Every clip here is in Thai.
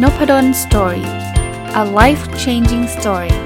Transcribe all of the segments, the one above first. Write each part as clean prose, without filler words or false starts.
Noppadan Story. A life-changing story.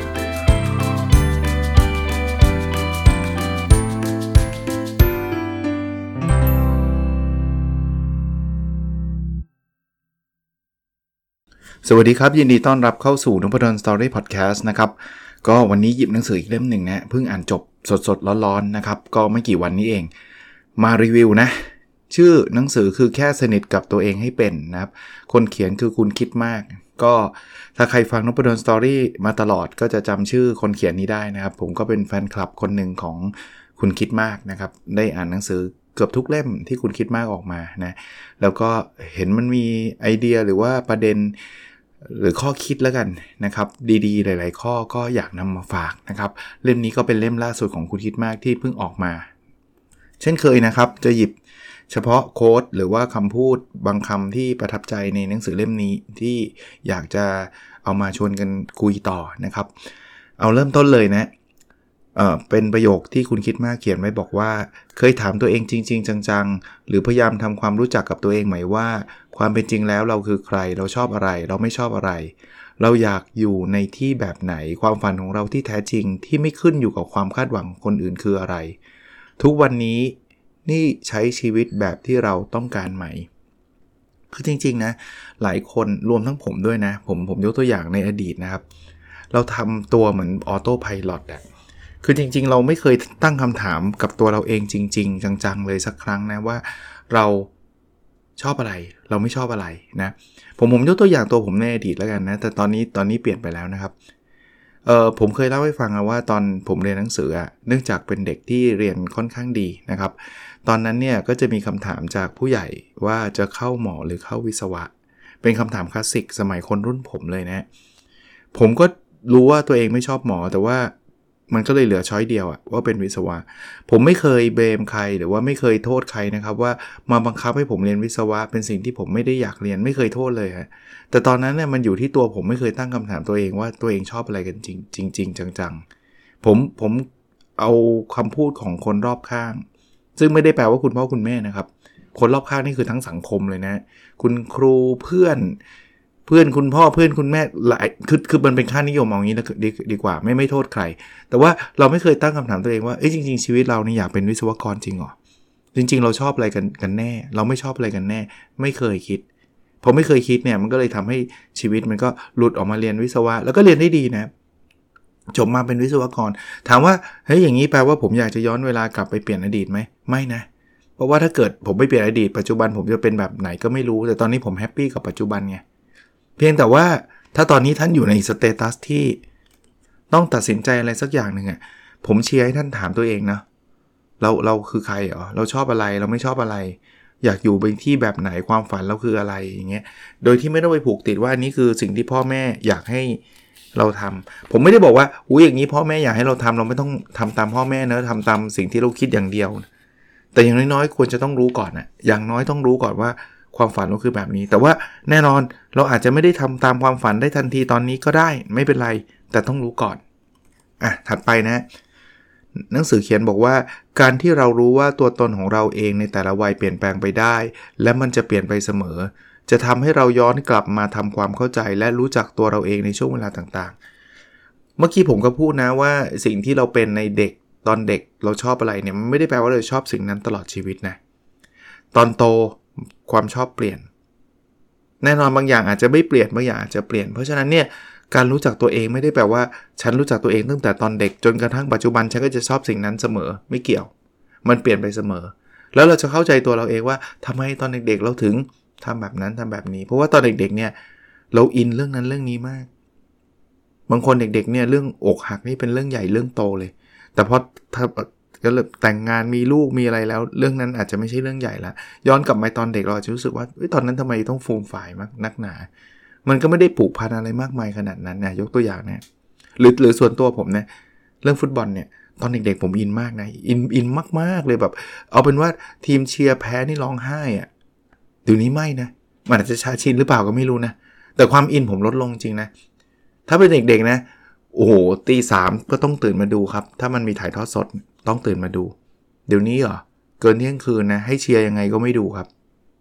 สวัสดีครับยินดีต้อนรับเข้าสู่ Noppadan Story Podcast นะครับก็วันนี้หยิบหนังสืออีกเล่มหนึ่งนะเพิ่งอ่านจบสดๆร้อนๆนะครับก็ไม่กี่วันนี้เองมารีวิวนะชื่อหนังสือคือแค่สนิทกับตัวเองให้เป็นนะครับคนเขียนคือคุณคิดมากก็ถ้าใครฟัง Noppadan Story มาตลอดก็จะจำชื่อคนเขียนนี้ได้นะครับผมก็เป็นแฟนคลับคนหนึ่งของคุณคิดมากนะครับได้อ่านหนังสือเกือบทุกเล่มที่คุณคิดมากออกมานะแล้วก็เห็นมันมีไอเดียหรือว่าประเด็นหรือข้อคิดแล้วกันนะครับดีๆหลายๆข้อก็อยากนำมาฝากนะครับเล่มนี้ก็เป็นเล่มล่าสุดของคุณคิดมากที่เพิ่งออกมาเช่นเคยนะครับจะหยิบเฉพาะโค้ดหรือว่าคำพูดบางคำที่ประทับใจในหนังสือเล่มนี้ที่อยากจะเอามาชวนกันคุยต่อนะครับเอาเริ่มต้นเลยนะเป็นประโยคที่คุณคิดมากเขียนไว้บอกว่าเคยถามตัวเองจริงๆจังๆหรือพยายามทำความรู้จักกับตัวเองไหมว่าความเป็นจริงแล้วเราคือใครเราชอบอะไรเราไม่ชอบอะไรเราอยากอยู่ในที่แบบไหนความฝันของเราที่แท้จริงที่ไม่ขึ้นอยู่กับความคาดหวังของคนอื่นคืออะไรทุกวันนี้นี่ใช้ชีวิตแบบที่เราต้องการไหมคือจริงๆนะหลายคนรวมทั้งผมด้วยนะผมยกตัวอย่างในอดีตนะครับเราทำตัวเหมือนออโต้ไพลอตอะคือจริงๆเราไม่เคยตั้งคำถามกับตัวเราเองจริงๆจังๆเลยสักครั้งนะว่าเราชอบอะไรเราไม่ชอบอะไรนะผมยกตัวอย่างตัวผมในอดีตแล้วกันนะแต่ตอนนี้เปลี่ยนไปแล้วนะครับผมเคยเล่าให้ฟังว่าตอนผมเรียนหนังสือเนื่องจากเป็นเด็กที่เรียนค่อนข้างดีนะครับตอนนั้นเนี่ยก็จะมีคำถามจากผู้ใหญ่ว่าจะเข้าหมอหรือเข้าวิศวะเป็นคำถามคลาสสิกสมัยคนรุ่นผมเลยนะผมก็รู้ว่าตัวเองไม่ชอบหมอแต่ว่ามันก็เลยเหลือช้อยเดียวว่าเป็นวิศวะผมไม่เคยเบมใครหรือว่าไม่เคยโทษใครนะครับว่ามาบังคับให้ผมเรียนวิศวะเป็นสิ่งที่ผมไม่ได้อยากเรียนไม่เคยโทษเลยฮะแต่ตอนนั้นเนี่ยมันอยู่ที่ตัวผมไม่เคยตั้งคำถามตัวเองว่าตัวเองชอบอะไรกันจริงจังๆผมเอาคำพูดของคนรอบข้างซึ่งไม่ได้แปลว่าคุณพ่อคุณแม่นะครับคนรอบข้างนี่คือทั้งสังคมเลยนะคุณครูเพื่อนคุณพ่อเพื่อนคุณแม่หลายคือมันเป็นค่านิยมเอางี้ดีกว่าไม่โทษใครแต่ว่าเราไม่เคยตั้งคำถามตัวเองว่าจริงๆชีวิตเรานี่อยากเป็นวิศวกรจริงหรอจริงๆเราชอบอะไรกันแน่เราไม่ชอบอะไรกันแน่ไม่เคยคิดพอไม่เคยคิดเนี่ยมันก็เลยทำให้ชีวิตมันก็หลุดออกมาเรียนวิศวะแล้วก็เรียนได้ดีนะจบมาเป็นวิศวกรถามว่าเฮ้ยอย่างนี้แปลว่าผมอยากจะย้อนเวลากลับไปเปลี่ยนอดีตไหมไม่นะเพราะว่าถ้าเกิดผมไม่เปลี่ยนอดีตปัจจุบันผมจะเป็นแบบไหนก็ไม่รู้แต่ตอนนี้ผมแฮปปี้กับปัจจุบันไงเพียงแต่ว่าถ้าตอนนี้ท่านอยู่ในสเตตัสที่ต้องตัดสินใจอะไรสักอย่างหนึ่งผมเชียร์ให้ท่านถามตัวเองนะเราคือใครเหรอเราชอบอะไรเราไม่ชอบอะไรอยากอยู่ในที่แบบไหนความฝันเราคืออะไรอย่างเงี้ยโดยที่ไม่ต้องไปผูกติดว่านี่คือสิ่งที่พ่อแม่อยากให้เราทำผมไม่ได้บอกว่าอย่างนี้พ่อแม่อยากให้เราทำเราไม่ต้องทำตามพ่อแม่นะทำตามสิ่งที่เราคิดอย่างเดียวแต่อย่างน้อยๆควรจะต้องรู้ก่อนอย่างน้อยต้องรู้ก่อนว่าความฝันเราคือแบบนี้แต่ว่าแน่นอนเราอาจจะไม่ได้ทำตามความฝันได้ทันทีตอนนี้ก็ได้ไม่เป็นไรแต่ต้องรู้ก่อนถัดไปนะหนังสือเขียนบอกว่าการที่เรารู้ว่าตัวตนของเราเองในแต่ละวัยเปลี่ยนแปลงไปได้และมันจะเปลี่ยนไปเสมอจะทำให้เราย้อนกลับมาทำความเข้าใจและรู้จักตัวเราเองในช่วงเวลาต่างๆเมื่อกี้ผมก็พูดนะว่าสิ่งที่เราเป็นในเด็กตอนเด็กเราชอบอะไรเนี่ยมันไม่ได้แปลว่าเราชอบสิ่งนั้นตลอดชีวิตนะตอนโตความชอบเปลี่ยนแน่นอนบางอย่างอาจจะไม่เปลี่ยนบางอย่างอาจจะเปลี่ยนเพราะฉะนั้นเนี่ยการรู้จักตัวเองไม่ได้แปลว่าฉันรู้จักตัวเองตั้งแต่ตอนเด็กจนกระทั่งปัจจุบันฉันก็จะชอบสิ่งนั้นเสมอไม่เกี่ยวมันเปลี่ยนไปเสมอแล้วเราจะเข้าใจตัวเราเองว่าทำไมตอนเด็กๆเราถึงทำแบบนั้นทำแบบนี้เพราะว่าตอนเด็กๆเนี่ยเราอินเรื่องนั้นเรื่องนี้มากบางคนเด็กๆเนี่ยเรื่องอกหักนี่เป็นเรื่องใหญ่เรื่องโตเลยแต่พอก็แต่งงานมีลูกมีอะไรแล้วเรื่องนั้นอาจจะไม่ใช่เรื่องใหญ่ละย้อนกลับไปตอนเด็กเราอาจจะรู้สึกว่าตอนนั้นทำไมต้องฟูมฝ่ายมากนักหนามันก็ไม่ได้ผูกพันอะไรมากมายขนาดนั้นนะยกตัวอย่างนะหรือส่วนตัวผมนะเรื่องฟุตบอลเนี่ยตอนเด็กๆผมอินมากนะอินมากๆเลยแบบเอาเป็นว่าทีมเชียร์แพ้นี่ร้องไห้เดี๋ยวนี้ไม่นะมันอาจจะชาชินหรือเปล่าก็ไม่รู้นะแต่ความอินผมลดลงจริงนะถ้าเป็นเด็กๆนะโอ้โห 3:00 ก็ต้องตื่นมาดูครับถ้ามันมีถ่ายทอดสดต้องตื่นมาดูเดี๋ยวนี้เหรอเกินเที่ยงคืนนะให้เชียร์ยังไงก็ไม่ดูครับ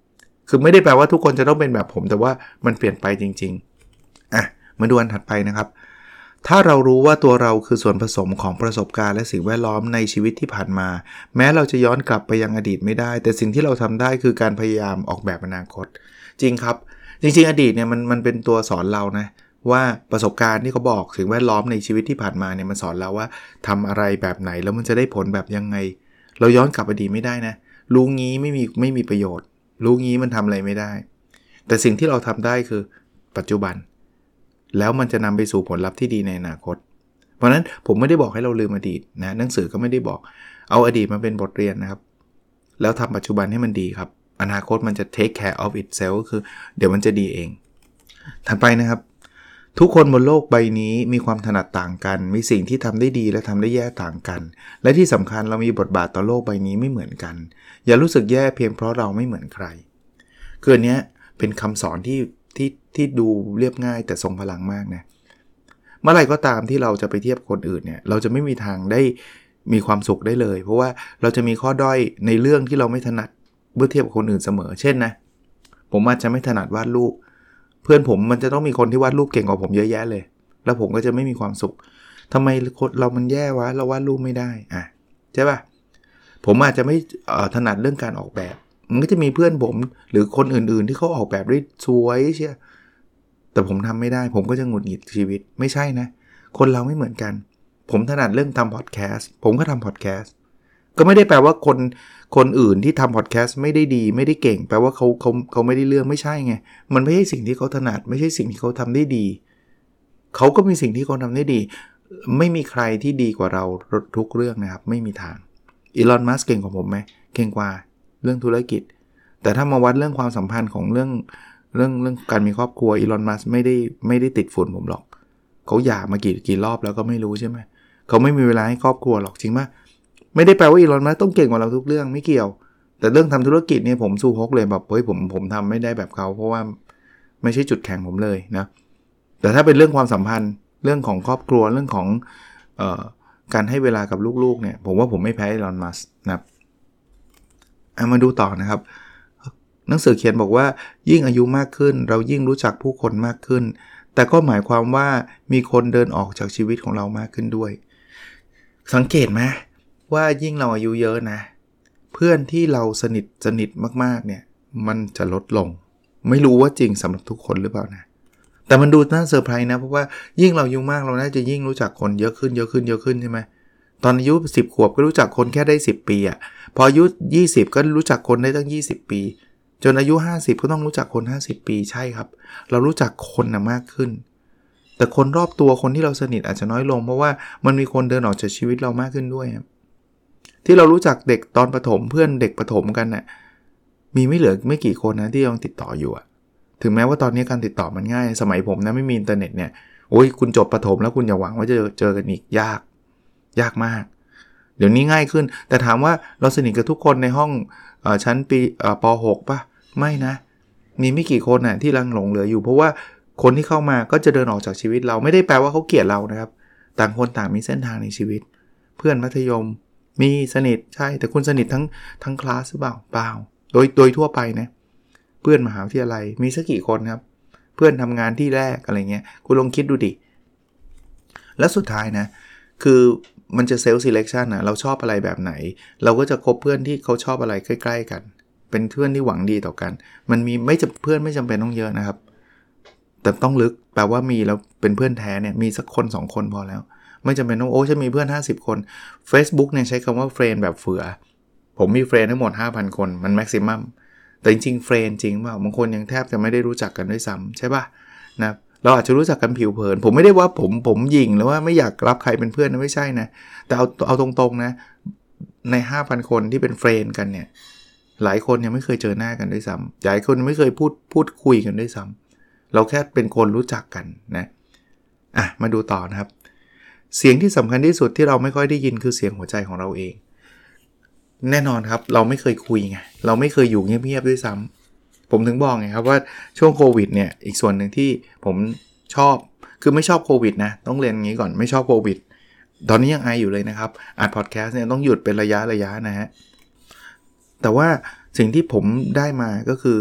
คือไม่ได้แปลว่าทุกคนจะต้องเป็นแบบผมแต่ว่ามันเปลี่ยนไปจริงๆมาดูอันถัดไปนะครับถ้าเรารู้ว่าตัวเราคือส่วนผสมของประสบการณ์และสิ่งแวดล้อมในชีวิตที่ผ่านมาแม้เราจะย้อนกลับไปยังอดีตไม่ได้แต่สิ่งที่เราทำได้คือการพยายามออกแบบอนาคตจริงครับจริงๆอดีตเนี่ยมันเป็นตัวสอนเรานะว่าประสบการณ์ที่เขาบอกสิ่งแวดล้อมในชีวิตที่ผ่านมาเนี่ยมันสอนเราว่าทำอะไรแบบไหนแล้วมันจะได้ผลแบบยังไงเราย้อนกลับอดีตไม่ได้นะรู้งี้ไม่มีประโยชน์รู้งี้มันทำอะไรไม่ได้แต่สิ่งที่เราทำได้คือปัจจุบันแล้วมันจะนำไปสู่ผลลัพธ์ที่ดีในอนาคตเพราะนั้นผมไม่ได้บอกให้เราลืมอดีตนะหนังสือก็ไม่ได้บอกเอาอดีตมาเป็นบทเรียนนะครับแล้วทำปัจจุบันให้มันดีครับอนาคตมันจะ take care of itself ก็คือเดี๋ยวมันจะดีเองถัดไปนะครับทุกคนบนโลกใบนี้มีความถนัดต่างกันมีสิ่งที่ทำได้ดีและทำได้แย่ต่างกันและที่สำคัญเรามีบทบาทต่อโลกใบนี้ไม่เหมือนกันอย่ารู้สึกแย่เพียงเพราะเราไม่เหมือนใครคืออันนี้เป็นคำสอนที่ดูเรียบง่ายแต่ทรงพลังมากนะเมื่อไหร่ก็ตามที่เราจะไปเทียบคนอื่นเนี่ยเราจะไม่มีทางได้มีความสุขได้เลยเพราะว่าเราจะมีข้อด้อยในเรื่องที่เราไม่ถนัดเมื่อเทียบกับคนอื่นเสมอเช่นนะผมอาจจะไม่ถนัดวาดรูปเพื่อนผมมันจะต้องมีคนที่วาดรูปเก่งกว่าผมเยอะแยะเลยแล้วผมก็จะไม่มีความสุขทำไมคนเรามันแย่วะเราวาดรูปไม่ได้ใช่ป่ะผมอาจจะไม่ถนัดเรื่องการออกแบบมันก็จะมีเพื่อนผมหรือคนอื่นๆที่เขาออกแบบได้สวยเชียแต่ผมทำไม่ได้ผมก็จะหงุดหงิดชีวิตไม่ใช่นะคนเราไม่เหมือนกันผมถนัดเรื่องทำพอดแคสต์ผมก็ทำพอดแคสต์ก็ไม่ได้แปลว่าคนอื่นที่ทำพอดแคสต์ไม่ได้ดีไม่ได้เก่งแปลว่าเขาไม่ได้เรื่องไม่ใช่ไงมันไม่ใช่สิ่งที่เขาถนัดไม่ใช่สิ่งที่เขาทำได้ดีเขาก็มีสิ่งที่เขาทำได้ดีไม่มีใครที่ดีกว่าเราทุกเรื่องนะครับไม่มีทางอีลอน มัสก์เก่งกว่าผมไหมเก่งกว่าเรื่องธุรกิจแต่ถ้ามาวัดเรื่องความสัมพันธ์ของเรื่องการมีครอบครัวอีลอน มัสก์ไม่ได้ติดฝุ่นผมหรอกเขาหย่ามากี่รอบแล้วก็ไม่รู้ใช่ไหมเขาไม่มีเวลาให้ครอบครัวหรอกจริงป่ะไม่ได้แปลว่าอีลอน มัสก์ต้องเก่งกว่าเราทุกเรื่องไม่เกี่ยวแต่เรื่องทำธุรกิจเนี่ยผมสู้ฮกเลยแบบเฮ้ยผมทำไม่ได้แบบเขาเพราะว่าไม่ใช่จุดแข็งผมเลยนะแต่ถ้าเป็นเรื่องความสัมพันธ์เรื่องของครอบครัวเรื่องของการให้เวลากับลูกๆเนี่ยผมว่าผมไม่แพ้อีลอน มัสก์นะครับมาดูต่อนะครับหนังสือเขียนบอกว่ายิ่งอายุมากขึ้นเรายิ่งรู้จักผู้คนมากขึ้นแต่ก็หมายความว่ามีคนเดินออกจากชีวิตของเรามากขึ้นด้วยสังเกตไหมว่ายิ่งเราอายุเยอะนะเพื่อนที่เราสนิทมากๆเนี่ยมันจะลดลงไม่รู้ว่าจริงสำหรับทุกคนหรือเปล่านะแต่มันดูน่าเซอร์ไพรส์นะเพราะว่ายิ่งเราอายุมากเราน่าจะยิ่งรู้จักคนเยอะขึ้นใช่ไหมตอนอายุ10ขวบก็รู้จักคนแค่ได้10ปีพออายุ20ก็รู้จักคนได้ตั้ง20ปีจนอายุ50ก็ต้องรู้จักคน50ปีใช่ครับเรารู้จักคนมากขึ้นแต่คนรอบตัวคนที่เราสนิทอาจจะน้อยลงเพราะว่ามันมีคนเดินออกจากชีวิตเรามากขึ้นด้วยที่เรารู้จักเด็กตอนประถมเพื่อนเด็กประถมกันน่ะมีไม่เหลือไม่กี่คนนะที่ยังติดต่ออยู่ถึงแม้ว่าตอนนี้การติดต่อมันง่ายสมัยผมนะไม่มีอินเทอร์เน็ตเนี่ยโอ้ยคุณจบประถมแล้วคุณอย่าหวังว่าจะเจอกันอีกยากมากเดี๋ยวนี้ง่ายขึ้นแต่ถามว่าเราสนิทกับทุกคนในห้องชั้นปีป.6 ป่ะไม่นะมีไม่กี่คนที่ลังหลงเหลืออยู่เพราะว่าคนที่เข้ามาก็จะเดินออกจากชีวิตเราไม่ได้แปลว่าเขาเกลียดเรานะครับต่างคนต่างมีเส้นทางในชีวิตเพื่อนมัธยมมีสนิทใช่แต่คุณสนิททั้งคลาสหรือเปล่าโดยทั่วไปนะเพื่อนมหาวิทยาลัยมีสักกี่คนครับเพื่อนทำงานที่แรกอะไรเงี้ยคุณลองคิดดูดิและสุดท้ายนะคือมันจะเซลฟ์ซีเลคชั่นเราชอบอะไรแบบไหนเราก็จะคบเพื่อนที่เขาชอบอะไรใกล้ๆกันเป็นเพื่อนที่หวังดีต่อกันมันมีเพื่อนไม่จำเป็นต้องเยอะนะครับแต่ต้องลึกแปลว่ามีแล้วเป็นเพื่อนแท้เนี่ยมีสักคน2คนพอแล้วไม่จำเป็นต้องฉันมีเพื่อน50คน Facebook เนี่ยใช้คำว่าเฟรนด์แบบเฟือผมมีเฟรนด์ทั้งหมด 5,000 คนมันแม็กซิมัมแต่จริงๆเฟรนด์จริงเปล่าบางคนยังแทบจะไม่ได้รู้จักกันด้วยซ้ำใช่ป่ะนะเราอาจจะรู้จักกันผิวเผินผมไม่ได้ว่าผมหยิ่งหรือว่าไม่อยากรับใครเป็นเพื่อนนะไม่ใช่นะแต่เอาตรงๆนะใน 5,000 คนที่เป็นเฟรนด์กันเนี่ยหลายคนยังไม่เคยเจอหน้ากันด้วยซ้ำหลายคนไม่เคยพูดคุยกันด้วยซ้ำเราแค่เป็นคนรู้จักกันนะมาดูต่อนะครับเสียงที่สำคัญที่สุดที่เราไม่ค่อยได้ยินคือเสียงหัวใจของเราเองแน่นอนครับเราไม่เคยคุยไงเราไม่เคยอยู่เงียบๆด้วยซ้ำผมถึงบอกไงครับว่าช่วงโควิดเนี่ยอีกส่วนหนึ่งที่ผมชอบคือไม่ชอบโควิดนะต้องเรียนอย่างนี้ก่อนไม่ชอบโควิดตอนนี้ยังไออยู่เลยนะครับอัดพอดแคสต์เนี่ยต้องหยุดเป็นระยะนะฮะแต่ว่าสิ่งที่ผมได้มาก็คือ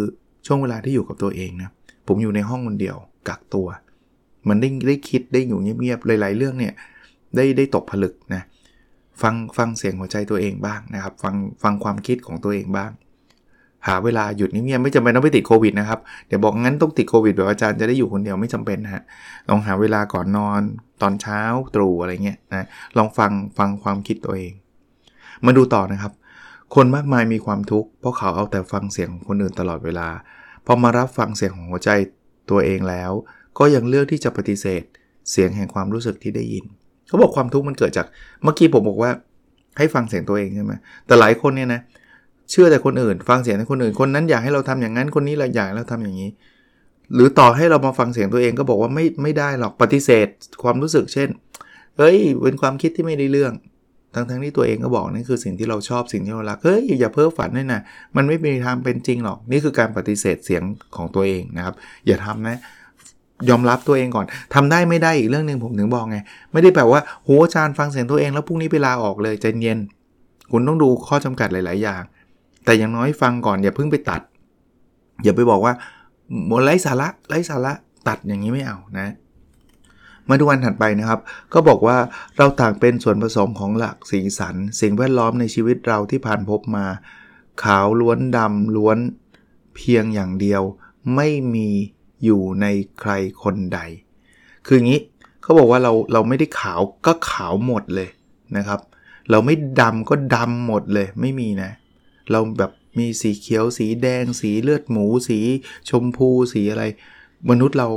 ช่วงเวลาที่อยู่กับตัวเองนะผมอยู่ในห้องคนเดียวกักตัวมันได้คิดได้อยู่เงียบๆหลายๆเรื่องเนี่ยได้ตกผลึกนะฟังเสียงหัวใจตัวเองบ้างนะครับฟังความคิดของตัวเองบ้างหาเวลาหยุดเงียบๆไม่จำเป็นต้องไปติดโควิดนะครับเดี๋ยวบอกงั้นต้องติดโควิดแบบอาจารย์จะได้อยู่คนเดียวไม่จำเป็นนะฮะลองหาเวลาก่อนนอนตอนเช้าตรู่อะไรเงี้ยนะลองฟังความคิดตัวเองมาดูต่อนะครับคนมากมายมีความทุกข์เพราะเขาเอาแต่ฟังเสียงของคนอื่นตลอดเวลาพอมารับฟังเสียงของหัวใจตัวเองแล้วก็ยังเลือกที่จะปฏิเสธเสียงแห่งความรู้สึกที่ได้ยินเขาบอกความทุกข์มันเกิดจากเมื่อกี้ผมบอกว่าให้ฟังเสียงตัวเองใช่ไหมแต่หลายคนเนี่ยนะเชื่อแต่คนอื่นฟังเสียงแต่คนอื่นคนนั้นอยากให้เราทำอย่างนั้นคนนี้เราอยากให้เราทำอย่างนี้หรือต่อให้เรามาฟังเสียงตัวเองก็บอกว่าไม่ได้หรอกปฏิเสธความรู้สึกเช่นเฮ้ยเป็นความคิดที่ไม่ได้เรื่องทั้งที่ตัวเองก็บอกนั่นคือสิ่งที่เราชอบสิ่งที่เรารักเฮ้ยอย่าเพ้อฝันด้วยนะมันไม่มีทางเป็นจริงหรอกนี่คือการปฏิเสธเสียงของตัวเองนะครับอย่าทำนะยอมรับตัวเองก่อนทำได้ไม่ได้อีกเรื่องนึงผมถึงบอกไงไม่ได้แปลว่าโหอาจารย์ฟังเสียงตัวเองแล้วพรุ่งนี้ไปลาออกเลยใจเย็นคุณต้องดูข้อจำกัดหลายๆอย่างแต่อย่างน้อยฟังก่อนอย่าเพิ่งไปตัดอย่าไปบอกว่าหมดไร้สาระตัดอย่างนี้ไม่เอานะมาดูวันถัดไปนะครับก็บอกว่าเราต่างเป็นส่วนผสมของหลักสีสันสิ่งแวดล้อมในชีวิตเราที่ผ่านพบมาขาวล้วนดำล้วนเพียงอย่างเดียวไม่มีอยู่ในใครคนใดคืออย่างนี้เขาบอกว่าเราไม่ได้ขาวก็ขาวหมดเลยนะครับเราไม่ดำก็ดำหมดเลยไม่มีนะเราแบบมีสีเขียวสีแดงสีเลือดหมูสีชมพูสีอะไรมนุษย์เรา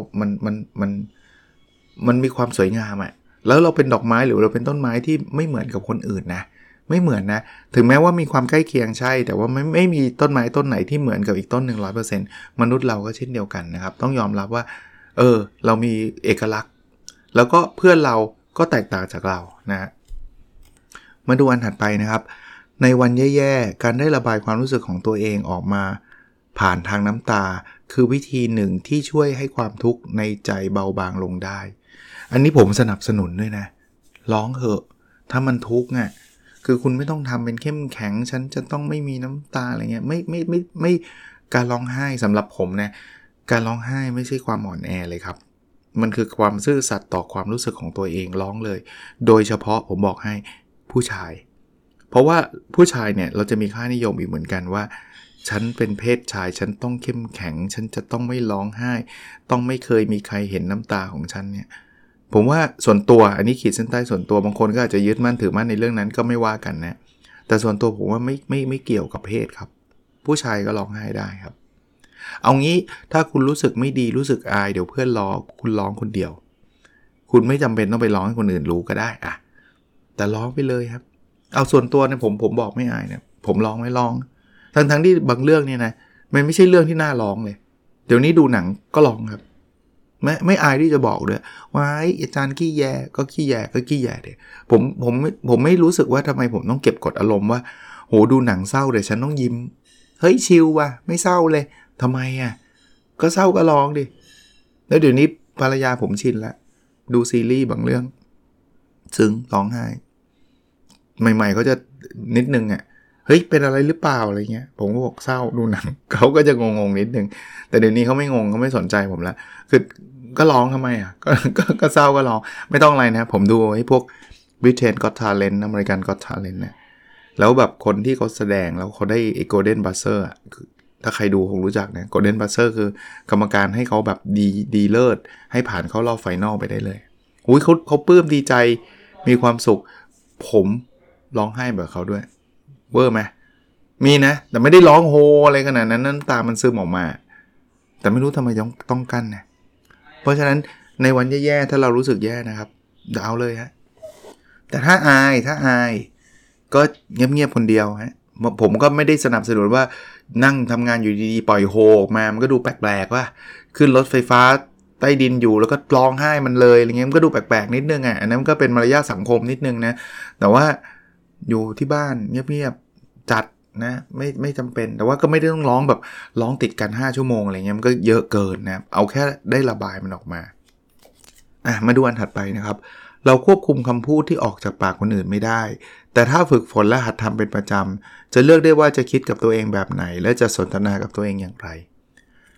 มันมีความสวยงามอ่ะแล้วเราเป็นดอกไม้หรือเราเป็นต้นไม้ที่ไม่เหมือนกับคนอื่นนะไม่เหมือนนะถึงแม้ว่ามีความใกล้เคียงใช่แต่ว่าไม่มีต้นไม้ต้นไหนที่เหมือนกับอีกต้น 100% มนุษย์เราก็เช่นเดียวกันนะครับต้องยอมรับว่าเรามีเอกลักษณ์แล้วก็เพื่อนเราก็แตกต่างจากเรานะมาดูอันถัดไปนะครับในวันแย่ๆการได้ระบายความรู้สึกของตัวเองออกมาผ่านทางน้ำตาคือวิธีหนึ่งที่ช่วยให้ความทุกข์ในใจเบาบางลงได้อันนี้ผมสนับสนุนด้วยนะร้องเถอะถ้ามันทุกข์อ่ะคือคุณไม่ต้องทำเป็นเข้มแข็งฉันจะต้องไม่มีน้ำตาอะไรเงี้ยไม่การร้องไห้สำหรับผมนะการร้องไห้ไม่ใช่ความอ่อนแอเลยครับมันคือความซื่อสัตย์ต่อความรู้สึกของตัวเองร้องเลยโดยเฉพาะผมบอกให้ผู้ชายเพราะว่าผู้ชายเนี่ยเราจะมีค่านิยมอีกเหมือนกันว่าฉันเป็นเพศชายฉันต้องเข้มแข็งฉันจะต้องไม่ร้องไห้ต้องไม่เคยมีใครเห็นน้ำตาของฉันเนี่ยผมว่าส่วนตัวอันนี้ขีดเส้นใต้ส่วนตัวบางคนก็อาจจะยึดมั่นถือมั่นในเรื่องนั้นก็ไม่ว่ากันนะแต่ส่วนตัวผมว่าไม่เกี่ยวกับเพศครับผู้ชายก็ร้องไห้ได้ครับเอางี้ถ้าคุณรู้สึกไม่ดีรู้สึกอายเดี๋ยวเพื่อนร้องคุณร้องคนเดียวคุณไม่จำเป็นต้องไปร้องให้คนอื่นรู้ก็ได้อะแต่ร้องไปเลยครับเอาส่วนตัวเนี่ยผมบอกไม่อายเนี่ยผมร้องไม่ร้องทั้งที่บางเรื่องเนี่ยนะมันไม่ใช่เรื่องที่น่าร้องเลยเดี๋ยวนี้ดูหนังก็ร้องครับไม่อายที่จะบอกด้วยว่าอาจารย์ขี้แยก็ขี้แยก็ขี้แยเดี๋ยวผมไม่รู้สึกว่าทำไมผมต้องเก็บกดอารมณ์ว่าโหดูหนังเศร้าเดี๋ยวฉันต้องยิ้มเฮ้ยชิลว่ะไม่เศร้าเลยทำไมอ่ะก็เศร้าก็ร้องดิแล้วเดี๋ยวนี้ภรรยาผมชินแล้วดูซีรีส์บางเรื่องซึ้งร้องไห้ใหม่ๆเขาจะนิดนึงอ่ะเฮ้ยเป็นอะไรหรือเปล่าอะไรเงี้ยผมก็บอกเศร้าดูหนังเขาก็จะงงนิดนึงแต่เดี๋ยวนี้เขาไม่งงเขาไม่สนใจผมแล้วคือก็ร้องทำไมอ่ะก็เศร้าก็ร้องไม่ต้องอะไรนะผมดูไอ้พวก Britain Got Talent American Got Talent เนี่ยแล้วแบบคนที่เขาแสดงแล้วเขาได้ไอ้ Golden Buzzer อ่ะถ้าใครดูคงรู้จักนะ Golden Buzzer คือกรรมการให้เขาแบบดีเลิศให้ผ่านเข้ารอบไฟนอลไปได้เลยอุ้ยเขาปลื้มดีใจมีความสุขผมร้องไห้แบบเขาด้วยเวอร์ไหมมีนะแต่ไม่ได้ร้องโฮอะไรขนาดนั้นน้ำตามันซึมออกมาแต่ไม่รู้ทำไมต้องกั้นนะเพราะฉะนั้นในวันแย่ๆถ้าเรารู้สึกแย่นะครับเอาเลยฮะแต่ถ้าอายก็เงียบๆคนเดียวฮะผมก็ไม่ได้สนับสนุนว่านั่งทำงานอยู่ดีๆปล่อยโฮออกมามันก็ดูแปลกๆว่าขึ้นรถไฟฟ้าใต้ดินอยู่แล้วก็ร้องไห้มันเลยอะไรเงี้ยมันก็ดูแปลกๆนิดนึงอ่ะอันนั้นก็เป็นมารยาทสังคมนิดนึงนะแต่ว่าอยู่ที่บ้านเงียบๆจัดนะไม่จำเป็นแต่ว่าก็ไม่ได้ต้องร้องแบบร้องติดกัน5ชั่วโมงอะไรเงี้ยมันก็เยอะเกินนะเอาแค่ได้ระบายมันออกมามาดูอันถัดไปนะครับเราควบคุมคำพูดที่ออกจากปากคนอื่นไม่ได้แต่ถ้าฝึกฝนและหัดทำเป็นประจำจะเลือกได้ว่าจะคิดกับตัวเองแบบไหนและจะสนทนากับตัวเองอย่างไร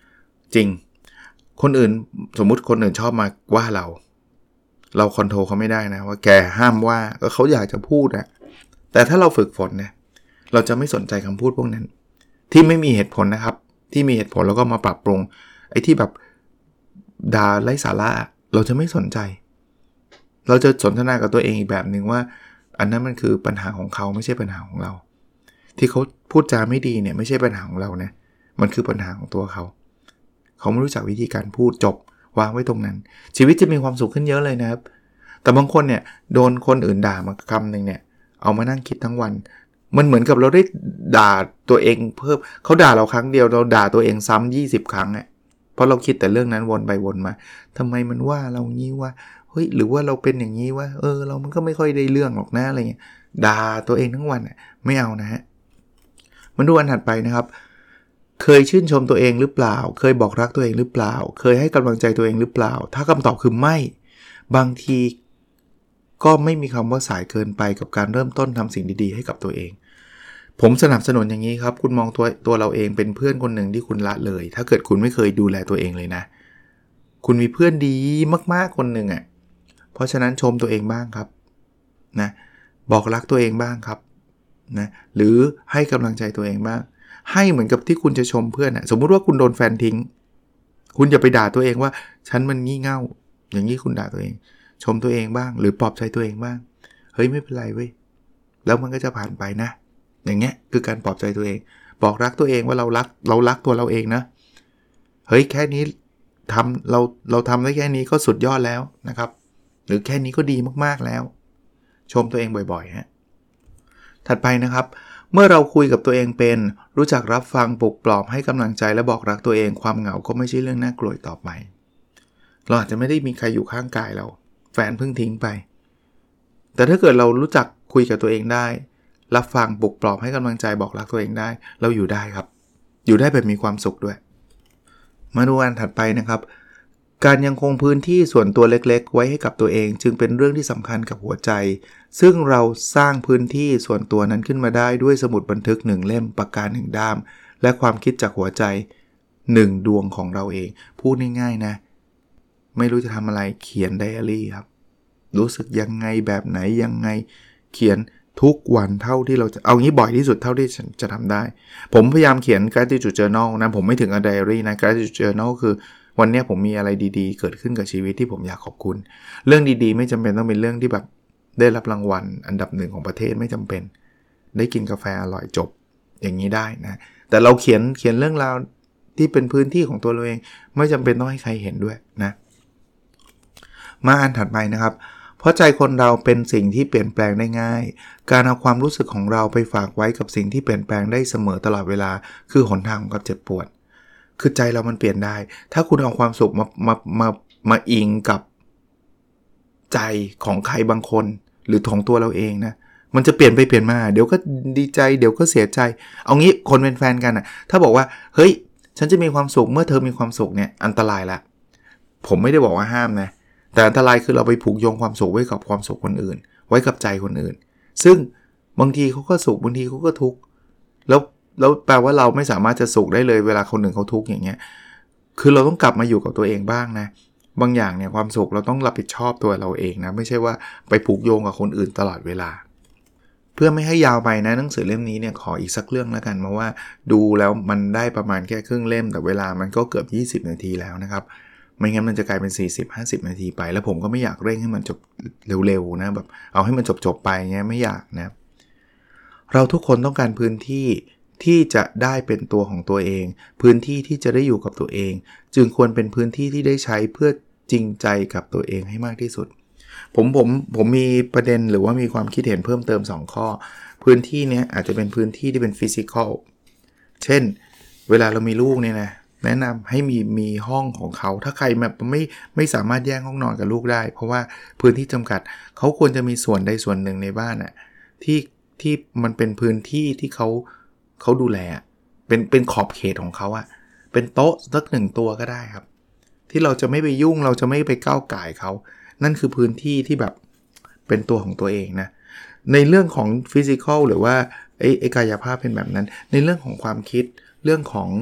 จริงคนอื่นสมมุติคนอื่นชอบมาว่าเราคอนโทรลเขาไม่ได้นะว่าแกห้ามว่าก็เขาอยากจะพูดนะแต่ถ้าเราฝึกฝนเนี่ยเราจะไม่สนใจคำพูดพวกนั้นที่ไม่มีเหตุผลนะครับที่มีเหตุผลแล้วก็มาปรับปรุงไอ้ที่แบบด่าไร้สาระเราจะไม่สนใจเราจะสนทนากับตัวเองอีกแบบนึงว่าอันนั้นมันคือปัญหาของเขาไม่ใช่ปัญหาของเราที่เขาพูดจาไม่ดีเนี่ยไม่ใช่ปัญหาของเรานะมันคือปัญหาของตัวเขาไม่รู้จักวิธีการพูดจบวางไว้ตรงนั้นชีวิตจะมีความสุขขึ้นเยอะเลยนะครับแต่บางคนเนี่ยโดนคนอื่นด่ามาคำนึงเนี่ยเอามานั่งคิดทั้งวันมันเหมือนกับเราได้ด่าตัวเองเพิ่มเขาด่าเราครั้งเดียวเราด่าตัวเองซ้ำ20 ครั้งอ่ะเพราะเราคิดแต่เรื่องนั้นวนไปวนมาทำไมมันว่าเรางี้ว่าเฮ้ยหรือว่าเราเป็นอย่างนี้ว่าเรามันก็ไม่ค่อยได้เรื่องหรอกนะอะไรเงี้ยด่าตัวเองทั้งวันอ่ะไม่เอานะฮะมาดูอันถัดไปนะครับเคยชื่นชมตัวเองหรือเปล่าเคยบอกรักตัวเองหรือเปล่าเคยให้กำลังใจตัวเองหรือเปล่าถ้าคำตอบคือไม่บางทีก็ไม่มีคำว่าสายเกินไปกับการเริ่มต้นทำสิ่งดีๆให้กับตัวเองผมสนับสนุนอย่างนี้ครับคุณมองตัวเราเองเป็นเพื่อนคนหนึ่งที่คุณละเลยถ้าเกิดคุณไม่เคยดูแลตัวเองเลยนะคุณมีเพื่อนดีมากๆคนหนึ่งอ่ะเพราะฉะนั้นชมตัวเองบ้างครับนะบอกรักตัวเองบ้างครับนะหรือให้กำลังใจตัวเองบ้างให้เหมือนกับที่คุณจะชมเพื่อนอ่ะสมมุติว่าคุณโดนแฟนทิ้งคุณอย่าไปด่าตัวเองว่าฉันมันงี่เง่าอย่างนี้คุณด่าตัวเองชมตัวเองบ้างหรือปลอบใจตัวเองบ้างเฮ้ยไม่เป็นไรเว้ยแล้วมันก็จะผ่านไปนะอย่างเงี้ยคือการปลอบใจตัวเองบอกรักตัวเองว่าเรารักตัวเราเองนะเฮ้ยแค่นี้เราทำได้แค่นี้ก็สุดยอดแล้วนะครับหรือแค่นี้ก็ดีมากๆแล้วชมตัวเองบ่อยๆฮะถัดไปนะครับเมื่อเราคุยกับตัวเองเป็นรู้จักรับฟังปลุกปลอบให้กำลังใจและบอกรักตัวเองความเหงาก็ไม่ใช่เรื่องน่ากลัวต่อไปเราอาจจะไม่ได้มีใครอยู่ข้างกายเราแฟนเพิ่งทิ้งไปแต่ถ้าเกิดเรารู้จักคุยกับตัวเองได้รับฟังปลุกปลอบให้กำลังใจบอกรักตัวเองได้เราอยู่ได้ครับอยู่ได้แบบมีความสุขด้วยมาดูอันถัดไปนะครับการยังคงพื้นที่ส่วนตัวเล็กๆไว้ให้กับตัวเองจึงเป็นเรื่องที่สำคัญกับหัวใจซึ่งเราสร้างพื้นที่ส่วนตัวนั้นขึ้นมาได้ด้วยสมุดบันทึก1 เล่มปากกา1 ด้ามและความคิดจากหัวใจ1 ดวงของเราเองพูดง่ายๆนะไม่รู้จะทำอะไรเขียนไดอารี่ครับรู้สึกยังไงแบบไหนยังไงเขียนทุกวันเท่าที่เราจะเอางี้บ่อยที่สุดเท่าที่ฉันจะทำได้ผมพยายามเขียน gratitude journal นะผมไม่ถึงกับ diary นะ gratitude journal คือวันนี้ผมมีอะไรดีๆเกิดขึ้นกับชีวิตที่ผมอยากขอบคุณเรื่องดีๆไม่จำเป็นต้องเป็นเรื่องที่แบบได้รับรางวัลอันดับ1ของประเทศไม่จำเป็นได้กินกาแฟอร่อยจบอย่างนี้ได้นะแต่เราเขียนเรื่องราวที่เป็นพื้นที่ของตัวเราเองไม่จำเป็นต้องให้ใครเห็นด้วยนะมาอันถัดไปนะครับเพราะใจคนเราเป็นสิ่งที่เปลี่ยนแปลงได้ง่ายการเอาความรู้สึกของเราไปฝากไว้กับสิ่งที่เปลี่ยนแปลงได้เสมอตลอดเวลาคือหนทางของความเจ็บปวดคือใจเรามันเปลี่ยนได้ถ้าคุณเอาความสุขมาอิงกับใจของใครบางคนหรือของตัวเราเองนะมันจะเปลี่ยนไปเปลี่ยนมาเดี๋ยวก็ดีใจเดี๋ยวก็เสียใจเอางี้คนเป็นแฟนกันอ่ะถ้าบอกว่าเฮ้ยฉันจะมีความสุขเมื่อเธอมีความสุขเนี่ยอันตรายละผมไม่ได้บอกว่าห้ามนะแต่อันตรายคือเราไปผูกโยงความสุขไว้กับความสุขคนอื่นไว้กับใจคนอื่นซึ่งบางทีเขาก็สุขบางทีเขาก็ทุกข์แล้วแปลว่าเราไม่สามารถจะสุขได้เลยเวลาคนอื่นเขาทุกข์อย่างเงี้ยคือเราต้องกลับมาอยู่กับตัวเองบ้างนะบางอย่างเนี่ยความสุขเราต้องรับผิดชอบตัวเราเองนะไม่ใช่ว่าไปผูกโยงกับคนอื่นตลอดเวลาเพื่อไม่ให้ยาวไปนะหนังสือเล่มนี้เนี่ยขออีกสักเรื่องแล้วกันเพราะว่าดูแล้วมันได้ประมาณแค่ครึ่งเล่มแต่เวลามันก็เกือบ20 นาทีแล้วนะครับไม่งั้นมันจะกลายเป็น 40-50 นาทีไปแล้วผมก็ไม่อยากเร่งให้มันจบเร็วๆนะแบบเอาให้มันจบไปเงี้ยไม่อยากนะเราทุกคนต้องการพื้นที่ที่จะได้เป็นตัวของตัวเองพื้นที่ที่จะได้อยู่กับตัวเองจึงควรเป็นพื้นที่ที่ได้ใช้เพื่อจริงใจกับตัวเองให้มากที่สุดผมมีประเด็นหรือว่ามีความคิดเห็นเพิ่มเติม2ข้อพื้นที่นี้อาจจะเป็นพื้นที่ที่เป็นฟิสิกอลเช่นเวลาเรามีลูกเนี่ยนะแนะนำให้มีห้องของเขาถ้าใครแบบไม่สามารถแย่งห้องนอนกับลูกได้เพราะว่าพื้นที่จำกัดเขาควรจะมีส่วนใดส่วนหนึ่งในบ้านน่ะที่มันเป็นพื้นที่ที่เขาดูแลเป็นขอบเขตของเขาอะเป็นโต๊ะสัก1 ตัวก็ได้ครับที่เราจะไม่ไปยุ่งเราจะไม่ไปก้าวก่ายเขานั่นคือพื้นที่ที่แบบเป็นตัวของตัวเองนะในเรื่องของฟิสิกอลหรือว่าไอ้กายภาพเป็นแบบนั้นในเรื่องของความคิดเรื่องของ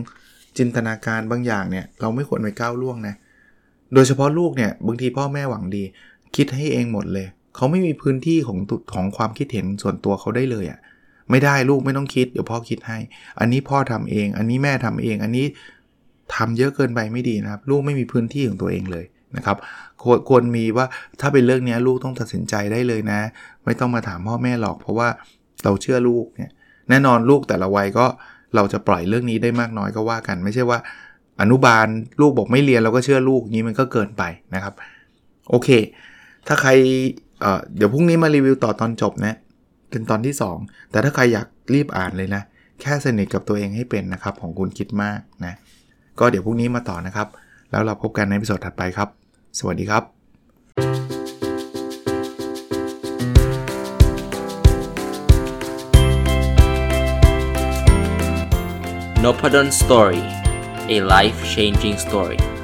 จินตนาการบางอย่างเนี่ยเราไม่ควรไปก้าวล่วงนะโดยเฉพาะลูกเนี่ยบางทีพ่อแม่หวังดีคิดให้เองหมดเลยเขาไม่มีพื้นที่ของความคิดเห็นส่วนตัวเขาได้เลยไม่ได้ลูกไม่ต้องคิดเดี๋ยวพ่อคิดให้อันนี้พ่อทำเองอันนี้แม่ทำเองอันนี้ทำเยอะเกินไปไม่ดีนะครับลูกไม่มีพื้นที่ของตัวเองเลยนะครับควรมีว่าถ้าเป็นเรื่องนี้ลูกต้องตัดสินใจได้เลยนะไม่ต้องมาถามพ่อแม่หรอกเพราะว่าเราเชื่อลูกเนี่ยแน่นอนลูกแต่ละวัยก็เราจะปล่อยเรื่องนี้ได้มากน้อยก็ว่ากันไม่ใช่ว่าอนุบาลลูกบอกไม่เรียนเราก็เชื่อลูกนี้มันก็เกินไปนะครับโอเคถ้าใครเดี๋ยวพรุ่งนี้มารีวิวต่อตอนจบนะเป็นตอนที่2แต่ถ้าใครอยากรีบอ่านเลยนะแค่สนิทกับตัวเองให้เป็นนะครับของคุณคิดมากนะก็เดี๋ยวพรุ่งนี้มาต่อนะครับแล้วเราพบกันในตอนถัดไปครับสวัสดีครับ Nopadon Story, a life-changing story.